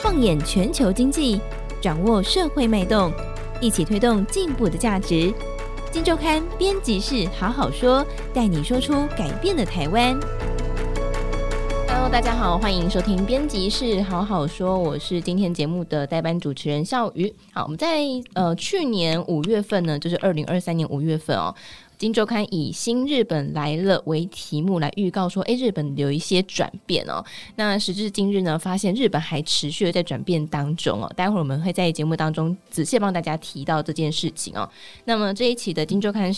放眼全球经济，掌握社会脉动，一起推动进步的价值。今周刊编辑室好好说，带你说出改变的台湾。Hello， 大家好，欢迎收听编辑室好好说，我是今天节目的代班主持人孝瑜。好，我们在去年5月份呢，就是2023年5月份哦。今周刊以新日本来了为题目来预告说日本有一些转变哦。那时至今日呢，发现日本还持续的在转变当中哦。待会儿我们会在节目当中仔细帮大家提到这件事情哦。那么这一期的今周刊是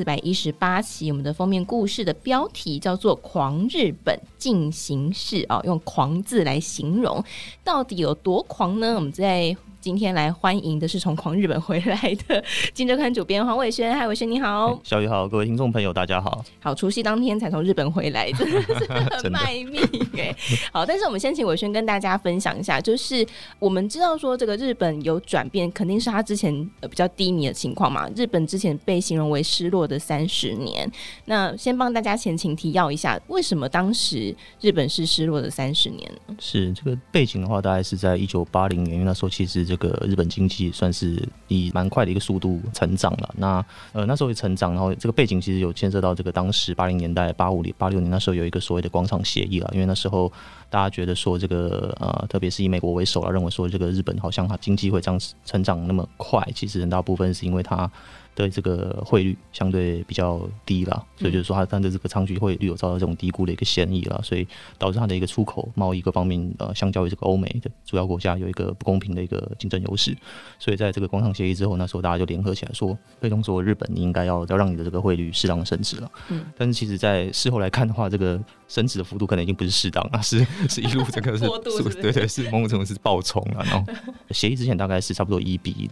1418期，我们的封面故事的标题叫做狂日本进行式哦，用狂字来形容，到底有多狂呢？我们在今天来欢迎的是从狂日本回来的今周刊主编黄伟轩。嗨，伟轩你好。 小雨好，各位听众朋友大家好。 好，除夕当天才从日本回来，真的是很卖命好，但是我们先请伟轩跟大家分享一下，就是我们知道说这个日本有转变，肯定是他之前比较低迷的情况嘛。日本之前被形容为失落的30年，那先帮大家前情提要一下，为什么当时日本是失落的30年呢？ 是这个背景的话，大概是在1980年，因为那时候其实这个日本经济算是以蛮快的一个速度成长了。那时候也成长，然后这个背景其实有牵涉到这个当时80年代、86年那时候有一个所谓的广场协议了，因为那时候大家觉得说这个特别是以美国为首了，认为说这个日本好像它经济会这样成长那么快，其实很大部分是因为它的这个汇率相对比较低啦，所以就是说它的这个长期汇率有遭到这种低估的一个嫌疑啦，所以导致它的一个出口贸易各方面相较于这个欧美的主要国家有一个不公平的一个竞争优势。所以在这个广场协议之后，那时候大家就联合起来说，推动说日本你应该要让你的这个汇率适当的升值了。但是其实在事后来看的话，这个升值的幅度可能已经不是适当了，是一路这个是对，是某种程度是暴冲了。然后协议之前大概是差不多1比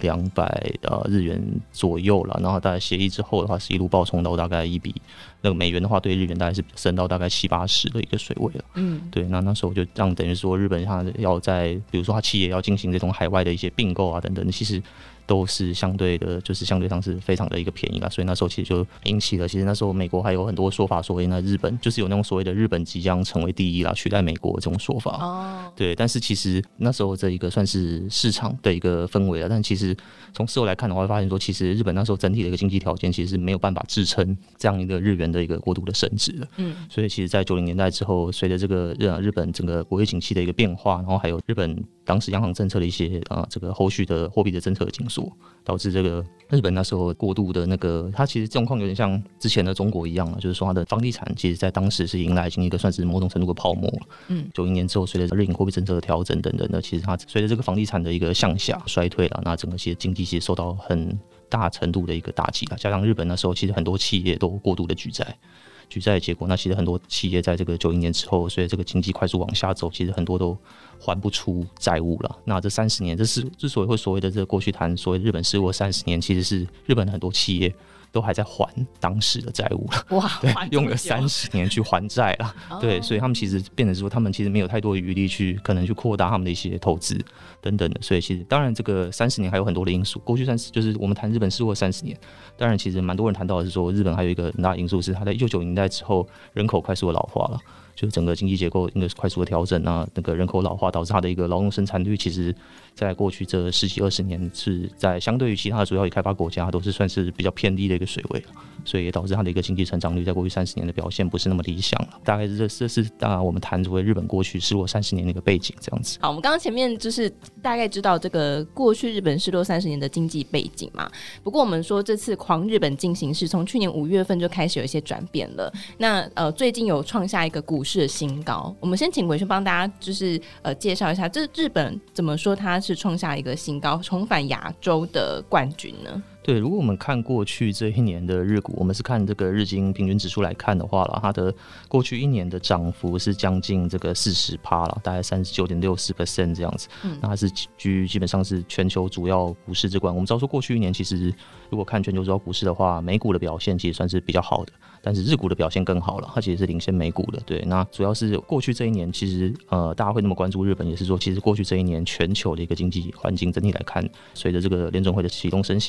200日元左右了，然后大概协议之后的话是一路暴冲到大概1比那个美元的话对日元大概是升到大概70-80的一个水位了。对，那时候就让等于说日本它要在比如说它企业要进行这种海外的一些并购啊等等，其实都是相对的，就是相对上是非常的一个便宜啦，所以那时候其实就引起了，其实那时候美国还有很多说法说，那日本就是有那种所谓的日本即将成为第一啦，取代美国这种说法。对，但是其实那时候这一个算是市场的一个氛围啦，但其实从事后来看的话，会发现说，其实日本那时候整体的一个经济条件其实是没有办法支撑这样一个日元的一个过度的升值的。所以其实在90年代之后，随着这个日本整个国际景气的一个变化，然后还有日本当时央行政策的一些这个后续的货币的政策的紧缩，导致这个日本那时候过度的那个，它其实状况有点像之前的中国一样了，就是说它的房地产其实在当时是迎来已经一个算是某种程度的泡沫了。90年之后，随着日银货币政策的调整等等的，其实它随着这个房地产的一个向下衰退了，那整个其实经济其实受到很大程度的一个打击了，加上日本那时候其实很多企业都过度的举债的结果，那其实很多企业在这个90年之后，所以这个经济快速往下走，其实很多都还不出债务了。那这30年，这是之所以会所谓的这个过去谈所谓日本失落30年，其实是日本的很多企业都还在还当时的债务了。 哇， 对，用了30年去还债了。对，所以他们其实变成说，他们其实没有太多的余力去可能去扩大他们的一些投资等等的。所以其实当然这个30年还有很多的因素。过去就是我们谈日本失落30年，当然其实蛮多人谈到的是说，日本还有一个很大的因素是它在1990年代之后人口快速的老化了。就是整个经济结构应该是快速的调整啊，那个人口老化导致它的一个劳动生产率，其实在过去这10几20年是在相对于其他的主要已开发国家都是算是比较偏低的一个水位了，所以也导致它的一个经济成长率在过去30年的表现不是那么理想了。大概这是我们谈所谓日本过去失落30年的一个背景这样子。 好，我们刚刚前面就是大概知道这个过去日本失落30年的经济背景嘛。不过我们说这次狂日本进行式从去年5月份就开始有一些转变了。那最近有创下一个股市的新高。我们先请伟轩帮大家就是介绍一下，这日本怎么说它是创下一个新高，重返亚洲的冠军呢？ 对，如果我们看过去这一年的日股，我们是看这个日经平均指数来看的话啦，它的过去一年的涨幅是将近这个40%啦，大概39.64% 这样子。那它是基本上是全球主要股市之冠。我们知道说过去一年其实如果看全球主要股市的话，美股的表现其实算是比较好的，但是日股的表现更好了，它其实是领先美股的。对，那主要是过去这一年，其实大家会那么关注日本，也是说其实过去这一年全球的一个经济环境整体来看，随着这个联准会的启动升息来，其实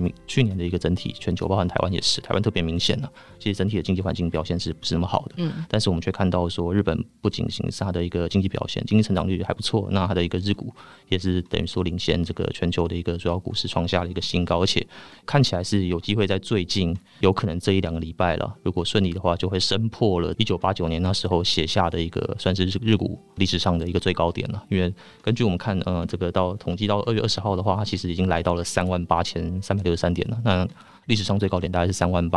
去年的一个整体全球，包含台湾也是，台湾特别明显了。其实整体的经济环境表现是不是那么好的？但是我们却看到说，日本不仅仅是它的一个经济表现，经济成长率还不错，那它的一个日股也是等于说领先这个全球的一个主要股市创下了一个新高，而且看起来是有机会在最近有可能这1-2个礼拜了，如果顺利的话，就会升破了1989年那时候写下的一个算是日股历史上的一个最高点了。因为根据我们看，这个到统计到2月20号的话，它其实已经来到了38,363点了。那历史上最高点大概是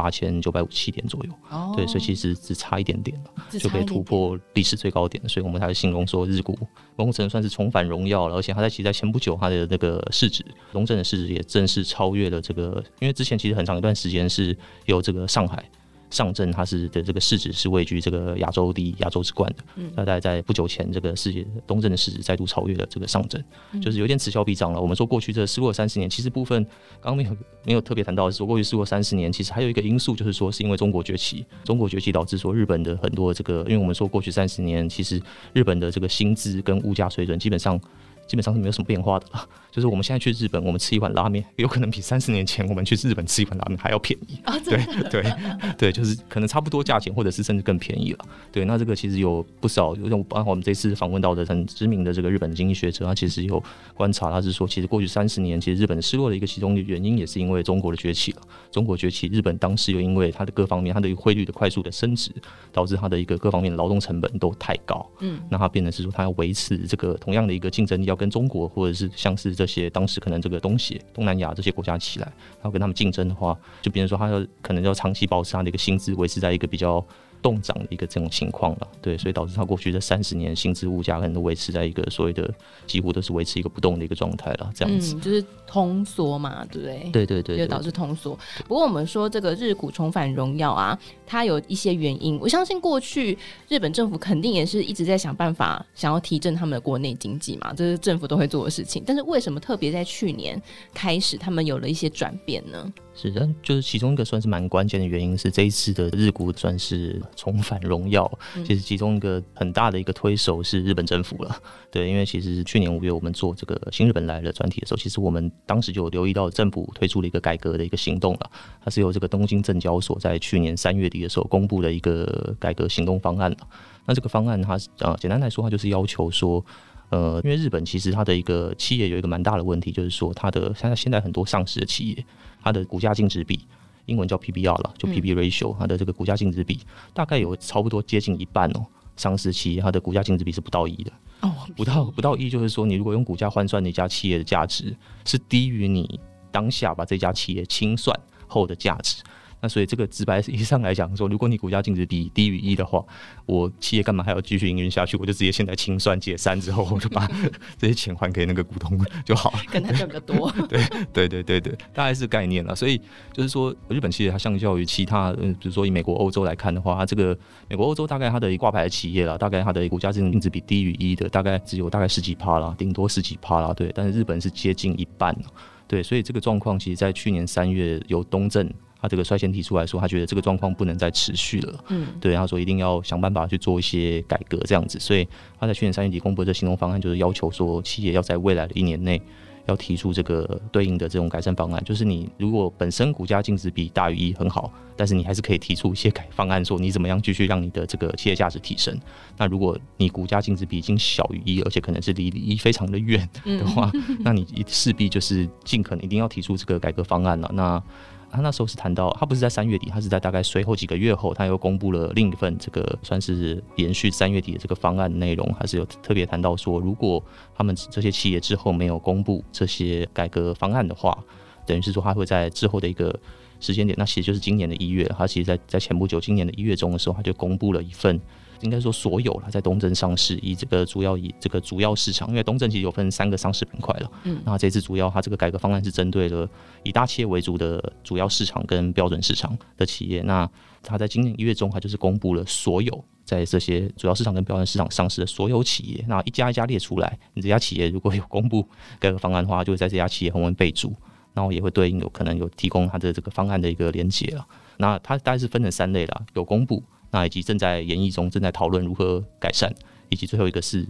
38,957点左右，对，所以其实只差一点点了，就可以突破历史最高点。所以我们才会形容说日股某种程度算是重返荣耀了，而且它其实在前不久它的那个市值，龙镇的市值也正式超越了这个，因为之前其实很长一段时间是有这个上证它是的这个市值是位居这个亚洲第一、亚洲之冠的，大概在不久前这个世界东证的市值再度超越了这个上证，就是有点此消彼长了。我们说过去这过了30年，其实部分刚刚没有特别谈到的是说，过去过30年，其实还有一个因素就是说，是因为中国崛起导致说日本的很多这个，因为我们说过去30年，其实日本的这个薪资跟物价水准基本上是没有什么变化的啦。就是我们现在去日本，我们吃一碗拉面，有可能比30年前我们去日本吃一碗拉面还要便宜。对，就是可能差不多价钱，或者是甚至更便宜了。对，那这个其实有不少，包括我们这次访问到的很知名的这个日本的经济学者，他其实有观察，他是说，其实过去30年，其实日本失落的一个其中的原因，也是因为中国的崛起了。中国崛起，日本当时又因为它的各方面，它的汇率的快速的升值，导致它的一个各方面的劳动成本都太高。那它变成是说，它要维持这个同样的一个竞争力，要跟中国或者是像是这些当时可能这个东南亚这些国家起来，要跟他们竞争的话，就变成说它可能要长期保持它的一个薪资维持在一个比较动涨的一个这种情况了。对，所以导致它过去的30年薪资物价可能都维持在一个所谓的几乎都是维持一个不动的一个状态了，这样子。 就是通缩嘛，对不对？对，就导致通缩。不过我们说这个日股重返荣耀啊，它有一些原因。我相信过去日本政府肯定也是一直在想办法，想要提振他们的国内经济嘛，这是政府都会做的事情。但是为什么特别在去年开始，他们有了一些转变呢？ 是的，就是其中一个算是蛮关键的原因是这一次的日股算是重返荣耀，其实其中一个很大的一个推手是日本政府了。对，因为其实去年5月我们做这个新日本来的专题的时候，其实我们当时就有留意到政府推出了一个改革的一个行动了，它是由这个东京证交所在去年3月底的时候公布的一个改革行动方案了。那这个方案它简单来说，它就是要求说因为日本其实它的一个企业有一个蛮大的问题，就是说它的现在很多上市的企业，它的股价净值比，英文叫 PBR 了，就 PB ratio， 它的这个股价净值比大概有差不多接近一半哦。上市企业它的股价净值比是不到1的，不到1，就是说你如果用股价换算的一家企业的价值，是低于你当下把这家企业清算后的价值。那所以这个直白意义上来讲说，如果你股价净值比低于1的话，我企业干嘛还要继续营运下去？我就直接现在清算解散之后，我就把这些钱还给那个股东就好了， 跟他赚比较多。 对，大概是概念了。所以就是说，日本企业它相较于其他，比如说以美国、欧洲来看的话，它这个美国、欧洲大概它的挂牌的企业啦，大概它的股价净值比低于1的，大概只有大概10几%啦，顶多10几%啦。对，但是日本是接近一半。对，所以这个状况其实在去年3月由东证他这个率先提出来说，他觉得这个状况不能再持续了。对，他说一定要想办法去做一些改革这样子，所以他在去年3月底公布的这行动方案，就是要求说企业要在未来的1年内要提出这个对应的这种改善方案，就是你如果本身股价净值比大于1很好，但是你还是可以提出一些改方案，说你怎么样继续让你的这个企业价值提升。那如果你股价净值比已经小于1，而且可能是离1非常的远的话，那你势必就是尽可能一定要提出这个改革方案了。那他那时候是谈到，他不是在3月底，他是在大概随后几个月后，他又公布了另一份这个算是延续3月底的这个方案内容，还是有特别谈到说，如果他们这些企业之后没有公布这些改革方案的话，等于是说他会在之后的一个时间点，那其实就是今年的1月，他其实在前不久今年的1月中的时候，他就公布了一份。应该说所有了，在东证上市，以这个主要市场，因为东证其实有分3个上市板块了。那这次主要它这个改革方案是针对了以大企业为主的主要市场跟标准市场的企业。那它在今年1月中，它就是公布了所有在这些主要市场跟标准市场上市的所有企业，那一家一家列出来，你这家企业如果有公布改革方案的话，就会在这家企业后面备注，然后也会对应有可能有提供它的这个方案的一个连结了。那它大概是分成3类啦，有公布。那以及正在研议中，正在讨论如何改善，以及最后一个是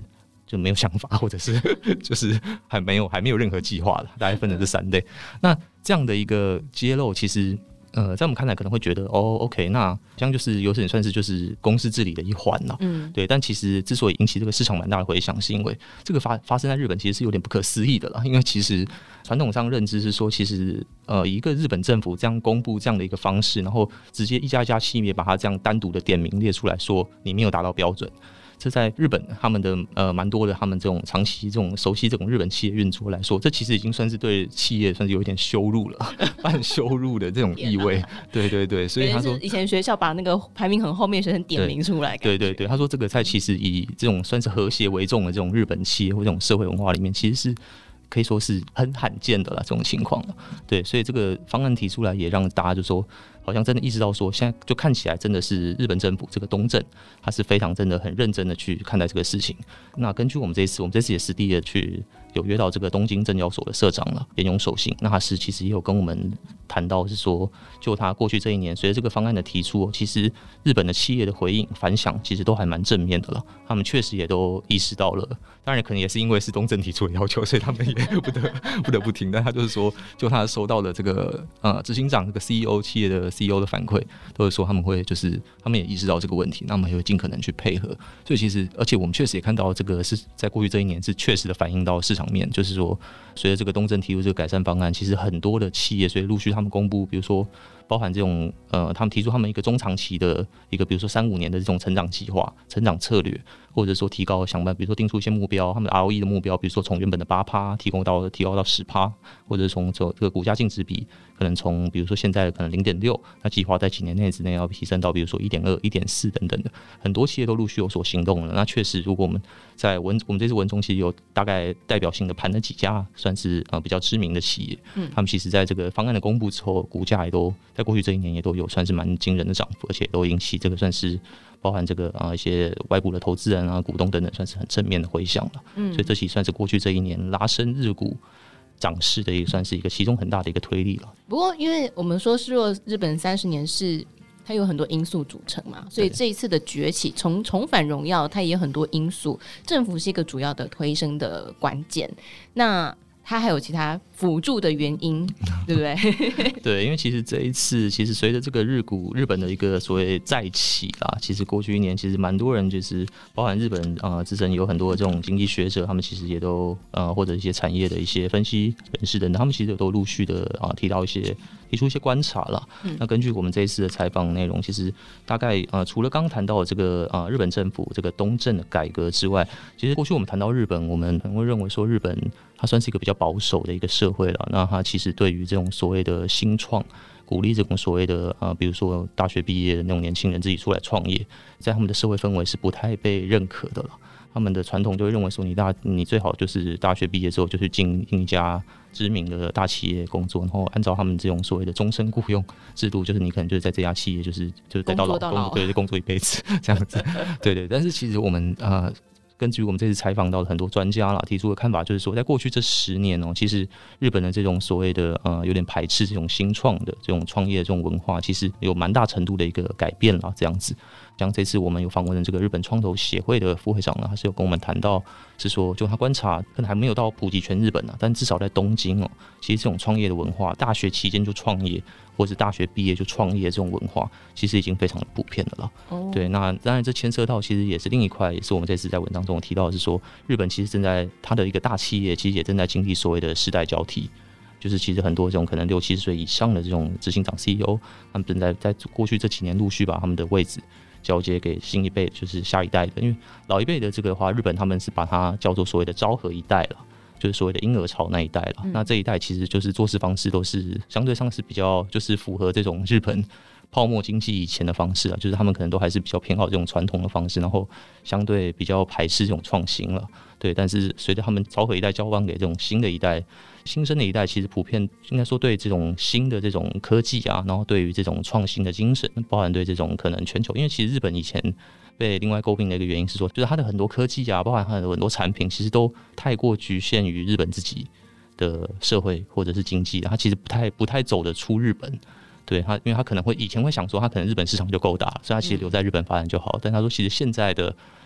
就没有想法，或者是就是还没有任何计划的，大概分成这3类。那这样的一个揭露，其实在我们看来可能会觉得OK， 那这样就是有点算是就是公司治理的一环啦。对。但其实之所以引起这个市场蛮大的回响，是因为这个发生在日本其实是有点不可思议的啦。因为其实传统上认知是说，其实一个日本政府这样公布这样的一个方式，然后直接一家一家企业把它这样单独的点名列出来说你没有达到标准。这在日本他们的蛮多的他们这种长期这种熟悉这种日本企业运作来说，这其实已经算是对企业算是有一点羞辱了，半羞辱的这种意味。对对对，所以他说以前学校把那个排名很后面的学生点名出来。 对对对，他说这个在其实以这种算是和谐为重的这种日本企业或这种社会文化里面，其实是可以说是很罕见的啦，这种情况。对，所以这个方案提出来也让大家就说好像真的意识到说，现在就看起来真的是日本政府这个东正，他是非常真的很认真的去看待这个事情。那根据我们这次也实地的去有约到这个东京证交所的社长了，岩永守信。那他是其实也有跟我们谈到是说，就他过去这1年，随着这个方案的提出，其实日本的企业的回应反响其实都还蛮正面的了。他们确实也都意识到了，当然可能也是因为是东正提出的要求，所以他们也不得不听。但他就是说，就他收到了这个执行长这个 CEO 企业的 CEO 的反馈，都是说他们会就是他们也意识到这个问题，那么也会尽可能去配合。所以其实而且我们确实也看到这个是在过去这1年是确实的反映到市场面，就是说随着这个东正提出这个改善方案，其实很多的企业所以陆续他们公布，比如说包含这种他们提出他们一个中长期的一个比如说3-5年的这种成长计划、成长策略，或者说提高想办法，比如说定出一些目标，他们的 ROE 的目标，比如说从原本的 8% 提高到 10%， 或者从这个股价净值比可能从比如说现在的可能 0.6， 那计划在几年内之内要提升到比如说 1.2、1.4 等等的，很多企业都陆续有所行动了。那确实如果我们在我们这次文中其实有大概代表性的盘了几家算是比较知名的企业，他们其实在这个方案的公布之后，股价也都在过去这1年也都有算是蛮惊人的涨幅，而且都引起这个算是包含这个一些外部的投资人股东等等，算是很正面的回响了。所以这其实算是过去这1年拉升日股涨势的也算是一个其中很大的一个推力了。 不过因为我们说是若日本30年是它有很多因素组成嘛，所以这一次的崛起重返荣耀它也有很多因素，政府是一个主要的推升的关键，那它还有其他辅助的原因，对不对？ 对，因为其实这一次，其实随着这个日本的一个所谓再起啦，其实过去1年其实蛮多人就是包含日本资深有很多的这种经济学者，他们其实也都或者一些产业的一些分析人士等等，他们其实都陆续的提出一些观察啦。那根据我们这一次的采访内容，其实大概除了刚刚谈到的这个日本政府这个东正的改革之外，其实过去我们谈到日本，我们可能会认为说日本它算是一个比较保守的一个社会了。那它其实对于这种所谓的新创，鼓励这种所谓的比如说大学毕业的那种年轻人自己出来创业，在他们的社会氛围是不太被认可的了。他们的传统就会认为说你最好就是大学毕业之后就去进一家知名的大企业工作，然后按照他们这种所谓的终身雇佣制度，就是你可能就是在这家企业就是待到老，对，工作一辈子这样子。对对，但是其实我们根据我们这次采访到的很多专家啦，提出的看法就是说，在过去这10年其实日本的这种所谓的有点排斥这种新创的这种创业的这种文化，其实有蛮大程度的一个改变啦，这样子。像这次我们有访问的这个日本创投协会的副会长呢，他是有跟我们谈到，是说就他观察可能还没有到普及全日本但至少在东京其实这种创业的文化，大学期间就创业，或者大学毕业就创业这种文化，其实已经非常的普遍了啦。对，那当然这牵涉到其实也是另一块，也是我们这次在文章中有提到的是说，日本其实正在它的一个大企业，其实也正在经历所谓的世代交替。就是其实很多这种可能60-70岁以上的这种执行长 CEO， 他们正在过去这几年陆续把他们的位置交接给新一辈，就是下一代的。因为老一辈的这个的话，日本他们是把它叫做所谓的昭和一代了，就是所谓的婴儿潮那一代了。那这一代其实就是做事方式都是相对上是比较就是符合这种日本泡沫经济以前的方式就是他们可能都还是比较偏好这种传统的方式，然后相对比较排斥这种创新了。对，但是随着他们昭和一代交棒给这种新的一代、新生的一代，其实普遍应该说对这种新的这种科技然后对于这种创新的精神，包含对这种可能全球，因为其实日本以前被另外诟病的一个原因是说，就是它的很多科技包含它的很多产品，其实都太过局限于日本自己的社会或者是经济，它其实不太走得出日本。对他，因为他可能会以前会想说，他可能日本市场就够大，所以他其实留在日本发展就好。但他说，其实现在的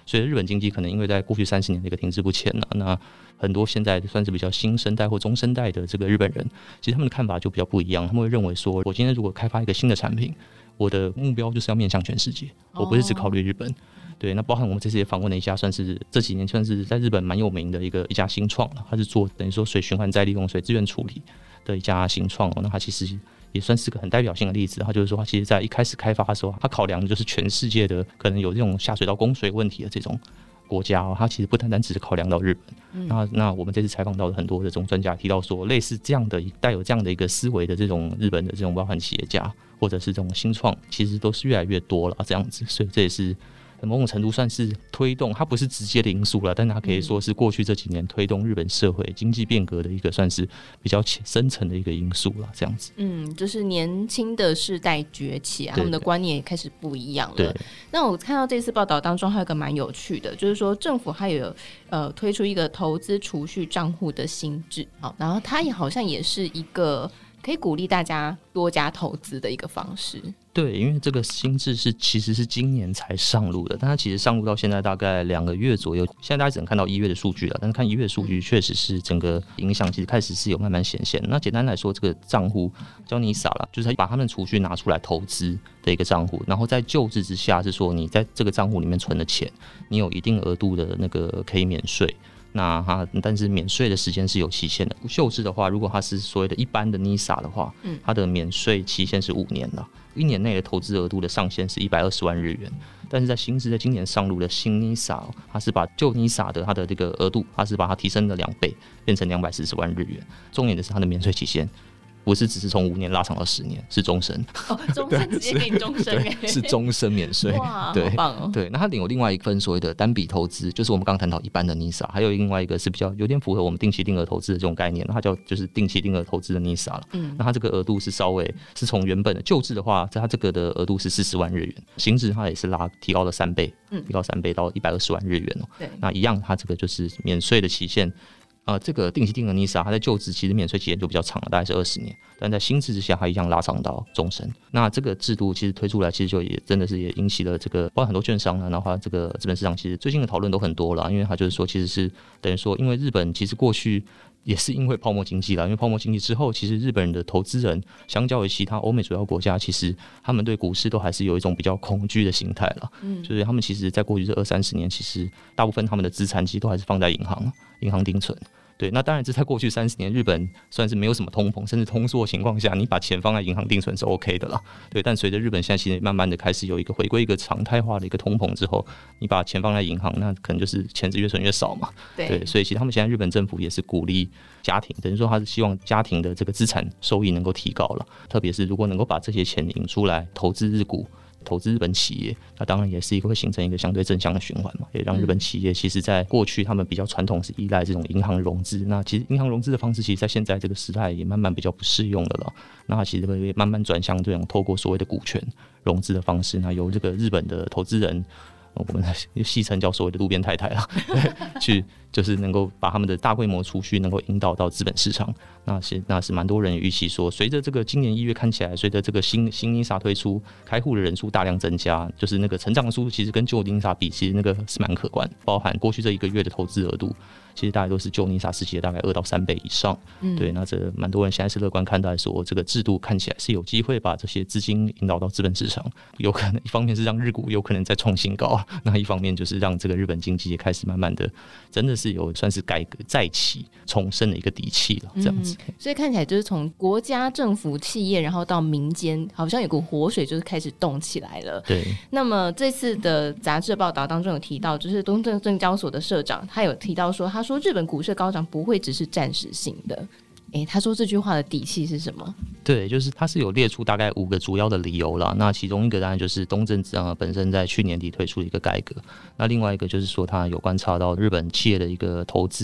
所以日本经济可能因为在过去30年的一个停滞不前那很多现在算是比较新生代或中生代的这个日本人，其实他们的看法就比较不一样。他们会认为说，我今天如果开发一个新的产品，我的目标就是要面向全世界，我不是只考虑日本。对，那包含我们这次也访问了一家算是这几年算是在日本蛮有名的一家新创了，它是做等于说水循环再利用、水资源处理的一家新创。那它其实也算是个很代表性的例子。它就是说，它其实在一开始开发的时候，它考量的就是全世界的可能有这种下水道供水问题的这种国家它其实不单单只是考量到日本。那我们这次采访到的很多的这种专家提到说，类似这样的带有这样的一个思维的这种日本的这种包含企业家或者是这种新创，其实都是越来越多了这样子。所以这也是某种程度算是推动，它不是直接的因素了，但它可以说是过去这几年推动日本社会经济变革的一个算是比较深层的一个因素了，这样子。 就是年轻的世代崛起他们的观念也开始不一样了。 对， 那我看到这次报道当中还有一个蛮有趣的，就是说政府还有推出一个投资储蓄账户的新制，然后它也好像也是一个可以鼓励大家多加投资的一个方式。 对，因为这个新制其实是今年才上路的，但它其实上路到现在大概2个月左右，现在大家只能看到1月的数据了，但是看1月的数据确实是整个影响其实开始是有慢慢显现。那简单来说，这个账户叫NISA啦，就是把他们储蓄拿出来投资的一个账户，然后在旧制之下是说你在这个账户里面存的钱，你有一定额度的那个可以免税。但是免税的时间是有期限的。旧制的话，如果它是所谓的一般的 NISA 的话，它的免税期限是5年了，1年内的投资额度的上限是120万日元。但是在新制在今年上路的新 NISA， 它是把旧 NISA 的它的这个额度，它是把它提升了2倍，变成240万日元。重点的是它的免税期限不是只是从5年拉长到10年，是终身。 终身直接给你终身是终身免税。 哇， 对， 好棒哦。 对，那它有另外一份所谓的单笔投资，就是我们刚刚谈到一般的 NISA， 还有另外一个是比较有点符合我们定期定额投资的这种概念，它叫就是定期定额投资的 NISA 了。那它这个额度是稍微是从原本的旧制的话，它这个的额度是40万日元，新制它也是提高了3倍，提高3倍到120万日元对， 那一样，它这个就是免税的期限。这个定期定额 NISA 它在旧制其实免税期限就比较长了，大概是20年，但在新制之下它一样拉长到终身。那这个制度其实推出来，其实就也真的是也引起了这个包括很多券商然后它这个资本市场其实最近的讨论都很多了，因为它就是说其实是等于说，因为日本其实过去也是因为泡沫经济啦，因为泡沫经济之后，其实日本人的投资人相较于其他欧美主要国家，其实他们对股市都还是有一种比较恐惧的心态啦。就是他们其实在过去这20-30年，其实大部分他们的资产其实都还是放在银行定存。对，那当然这在过去30年，日本算是没有什么通膨，甚至通缩的情况下，你把钱放在银行定存是 OK 的啦。对，但随着日本现在其实慢慢的开始有一个回归一个常态化的一个通膨之后，你把钱放在银行，那可能就是钱是越存越少嘛。对，所以其实他们现在日本政府也是鼓励家庭，等于说他是希望家庭的这个资产收益能够提高了，特别是如果能够把这些钱引出来投资日股。投资日本企业，那当然也是一个会形成一个相对正向的循环嘛，也让日本企业其实在过去他们比较传统是依赖这种银行融资，那其实银行融资的方式其实在现在这个时代也慢慢比较不适用的了，那其实会慢慢转向这种透过所谓的股权融资的方式，那由这个日本的投资人，我们戏称叫所谓的路边太太啦，去就是能够把他们的大规模储蓄能够引导到资本市场，那是蛮多人预期说，随着这个今年1月看起来，随着这个新 NISA 推出，开户的人数大量增加，就是那个成长速度其实跟旧 NISA 比，其实那个是蛮可观，包含过去这1个月的投资额度，其实大概都是旧 NISA 时期的大概2到3倍以上。对，那这蛮多人现在是乐观看待说，这个制度看起来是有机会把这些资金引导到资本市场，有可能一方面是让日股有可能再创新高，那一方面就是让这个日本经济也开始慢慢的真的是有算是改革再起重生的一个底气了，这样子。 所以看起来就是从国家、政府、企业，然后到民间，好像有股活水就是开始动起来了。 对。 那么这次的杂志报道当中有提到，就是东证证交所的社长，他有提到说，他说日本股市高涨不会只是暂时性的。他说这句话的底气是什么？ 对，就是他是有列出大概5个主要的理由啦。那其中一个当然就是东证本身在去年底推出的一个改革，那另外一个就是说他有观察到日本企业的一个投资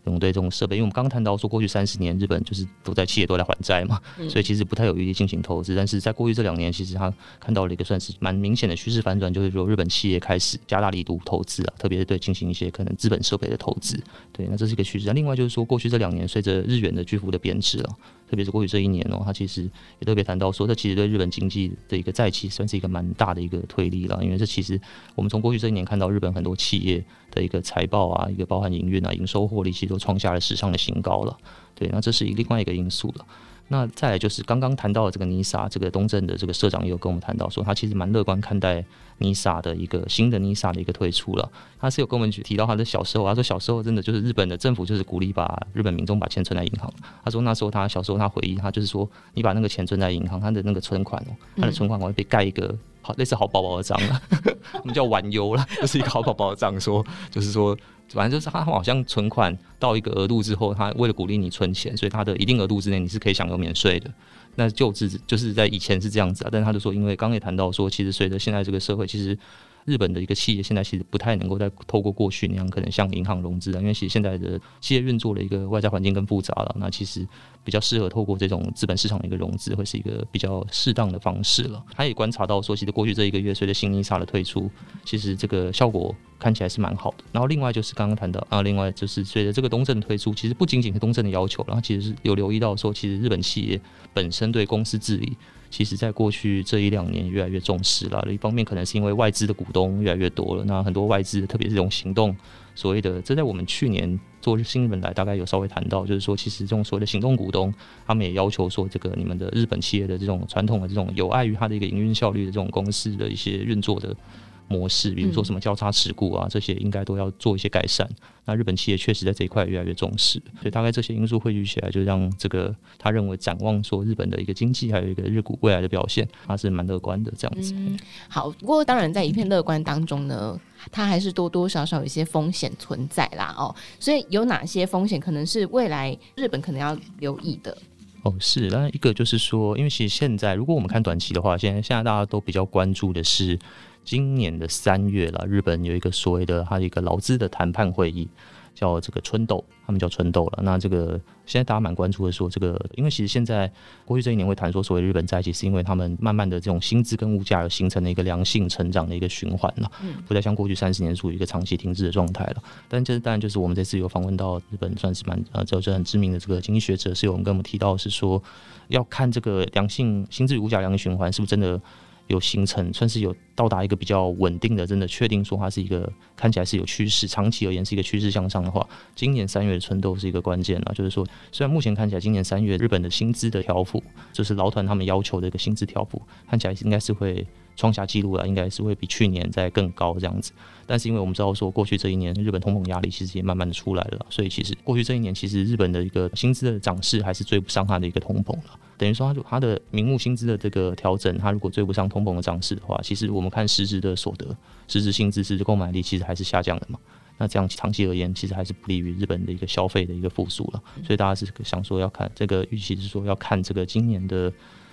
用对这种设备，因为我们刚刚谈到说过去30年日本就是企业都在还债嘛，所以其实不太有余力进行投资。但是在过去这2年，其实他看到了一个算是蛮明显的趋势反转，就是说日本企业开始加大力度投资特别是对进行一些可能资本设备的投资。对，那这是一个趋势。另外就是说，过去这2年随着日元的巨幅的贬值特别是过去这1年他其实也特别谈到说，这其实对日本经济的一个再起算是一个蛮大的一个推力因为这其实我们从过去这1年看到日本很多企业的一个财报一个包含营运营收获利，其实都创下了史上的新高了。对，那这是另外一个因素了。那再来就是刚刚谈到的这个 NISA， 这个东正的这个社长也有跟我们谈到说，他其实蛮乐观看待 NISA 的一个新的 NISA 的一个推出了。他是有跟我们提到他的小时候，他说小时候真的就是日本的政府就是鼓励把日本民众把钱存在银行。他说那时候他小时候他回忆，他就是说你把那个钱存在银行，他的那个存款他的存款会被盖一个类似好宝宝的章我们叫玩优啦，就是一个好宝宝的章，就是说反正就是他好像存款到一个额度之后，他为了鼓励你存钱，所以他的一定额度之内你是可以享有免税的。那就是在以前是这样子但是他就说，因为刚刚也谈到说，其实随着现在这个社会，其实日本的一个企业现在其实不太能够再透过过去那样可能向银行融资因为其实现在的企业运作的一个外在环境更复杂了，那其实比较适合透过这种资本市场的一个融资，会是一个比较适当的方式了。他也观察到说，其实过去这1个月随着新 NISA 的推出，其实这个效果看起来是蛮好的。然后另外就是刚刚谈到另外就是随着这个东正推出，其实不仅仅是东正的要求，然后其实是有留意到说，其实日本企业本身对公司治理其实在过去这1-2年越来越重视了。一方面可能是因为外资的股东越来越多了，那很多外资特别是这种行动所谓的，这在我们去年做新日本来大概有稍微谈到，就是说其实这种所谓的行动股东，他们也要求说，这个你们的日本企业的这种传统的这种有碍于它的一个营运效率的这种公司的一些运作的模式，比如说什么交叉持股这些应该都要做一些改善。那日本企业确实在这一块越来越重视，所以大概这些因素汇聚起来，就让这个他认为展望说日本的一个经济还有一个日股未来的表现，他是蛮乐观的这样子。 好，不过当然在一片乐观当中呢，它还是多多少少有一些风险存在啦所以有哪些风险可能是未来日本可能要留意的？ 是，那一个就是说，因为其实现在如果我们看短期的话，现在大家都比较关注的是今年的3月了，日本有一个所谓的它的一个劳资的谈判会议，叫这个春斗，他们叫春斗了。那这个现在大家蛮关注的说，这个因为其实现在过去这1年会谈说所谓日本在一起，是因为他们慢慢的这种薪资跟物价有形成了一个良性成长的一个循环了，不再像过去30年处于一个长期停滞的状态了。但这当然就是我们这次有访问到日本算是就是很知名的这个经济学者，是有人跟我们提到是说，要看这个良性薪资与物价良性循环是不是真的有形成，算是有到达一个比较稳定的，真的确定说它是一个看起来是有趋势，长期而言是一个趋势向上的话，今年3月的春斗是一个关键了。就是说，虽然目前看起来今年3月日本的薪资的调幅，就是劳团他们要求的一个薪资调幅，看起来应该是会创下纪录了，应该是会比去年再更高这样子。但是因为我们知道说，过去这1年日本通膨压力其实也慢慢的出来了，所以其实过去这1年其实日本的一个薪资的涨势还是追不上它的一个通膨了。等于说它的名目薪资的这个调整，它如果追不上通膨的涨势的话，其实我们看实质的所得、实质薪资、实质购买力其实还是下降的嘛。那这样长期而言，其实还是不利于日本的一个消费的一个复苏了。所以大家是想说要看这个预期是说要看这个今年的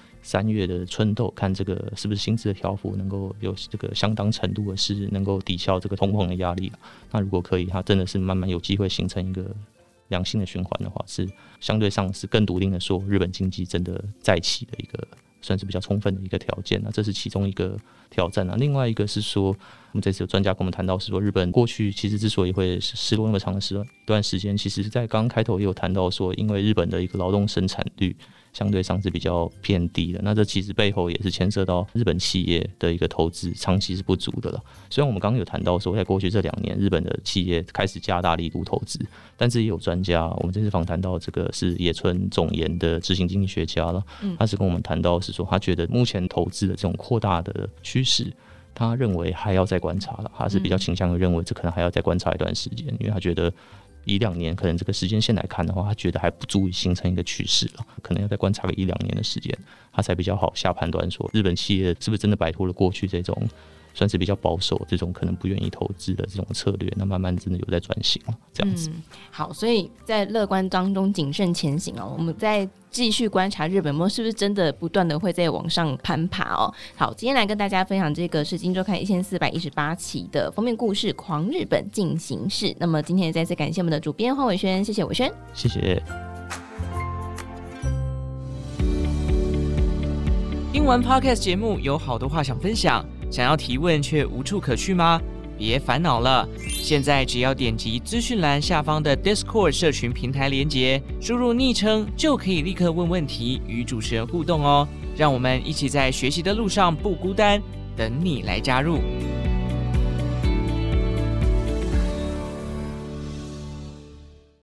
3月的春斗，看这个是不是薪资的调幅能够有这个相当程度的是能够抵消这个通膨的压力。那如果可以，它真的是慢慢有机会形成一个良性的循环的话，是相对上是更笃定的说日本经济真的再起的一个算是比较充分的一个条件。那这是其中一个挑战。另外一个是说，我们这次有专家跟我们谈到是说，日本过去其实之所以会失落那么长的一段时间，其实在刚刚开头也有谈到说，因为日本的一个劳动生产率相对上是比较偏低的，那这其实背后也是牵涉到日本企业的一个投资长期是不足的了。虽然我们刚刚有谈到说，在过去这2年日本的企业开始加大力度投资，但是也有专家，我们这次访谈到这个是野村总研的执行经济学家了，他是跟我们谈到是说，他觉得目前投资的这种扩大的趋势，他认为还要再观察了，他是比较倾向于认为这可能还要再观察一段时间，因为他觉得1、2年可能这个时间线来看的话，他觉得还不足以形成一个趋势了，可能要再观察个1、2年的时间，他才比较好下判断说日本企业是不是真的摆脱了过去这种算是比较保守，这种可能不愿意投资的这种策略，那慢慢真的有在转型了，这样子。 好，所以在乐观当中谨慎前行哦。我们在继续观察日本是不是真的不断的会在往上攀爬哦。好，今天来跟大家分享这个是《今周刊》1418期的封面故事《狂日本进行式》。那么今天也再次感谢我们的主编黄伟轩，谢谢伟轩， 谢谢。 听完 Podcast 节目有好多话想分享，想要提问却无处可去吗？别烦恼了，现在只要点击资讯栏下方的 Discord 社群平台连结，输入昵称就可以立刻问问题，与主持人互动哦。让我们一起在学习的路上不孤单，等你来加入。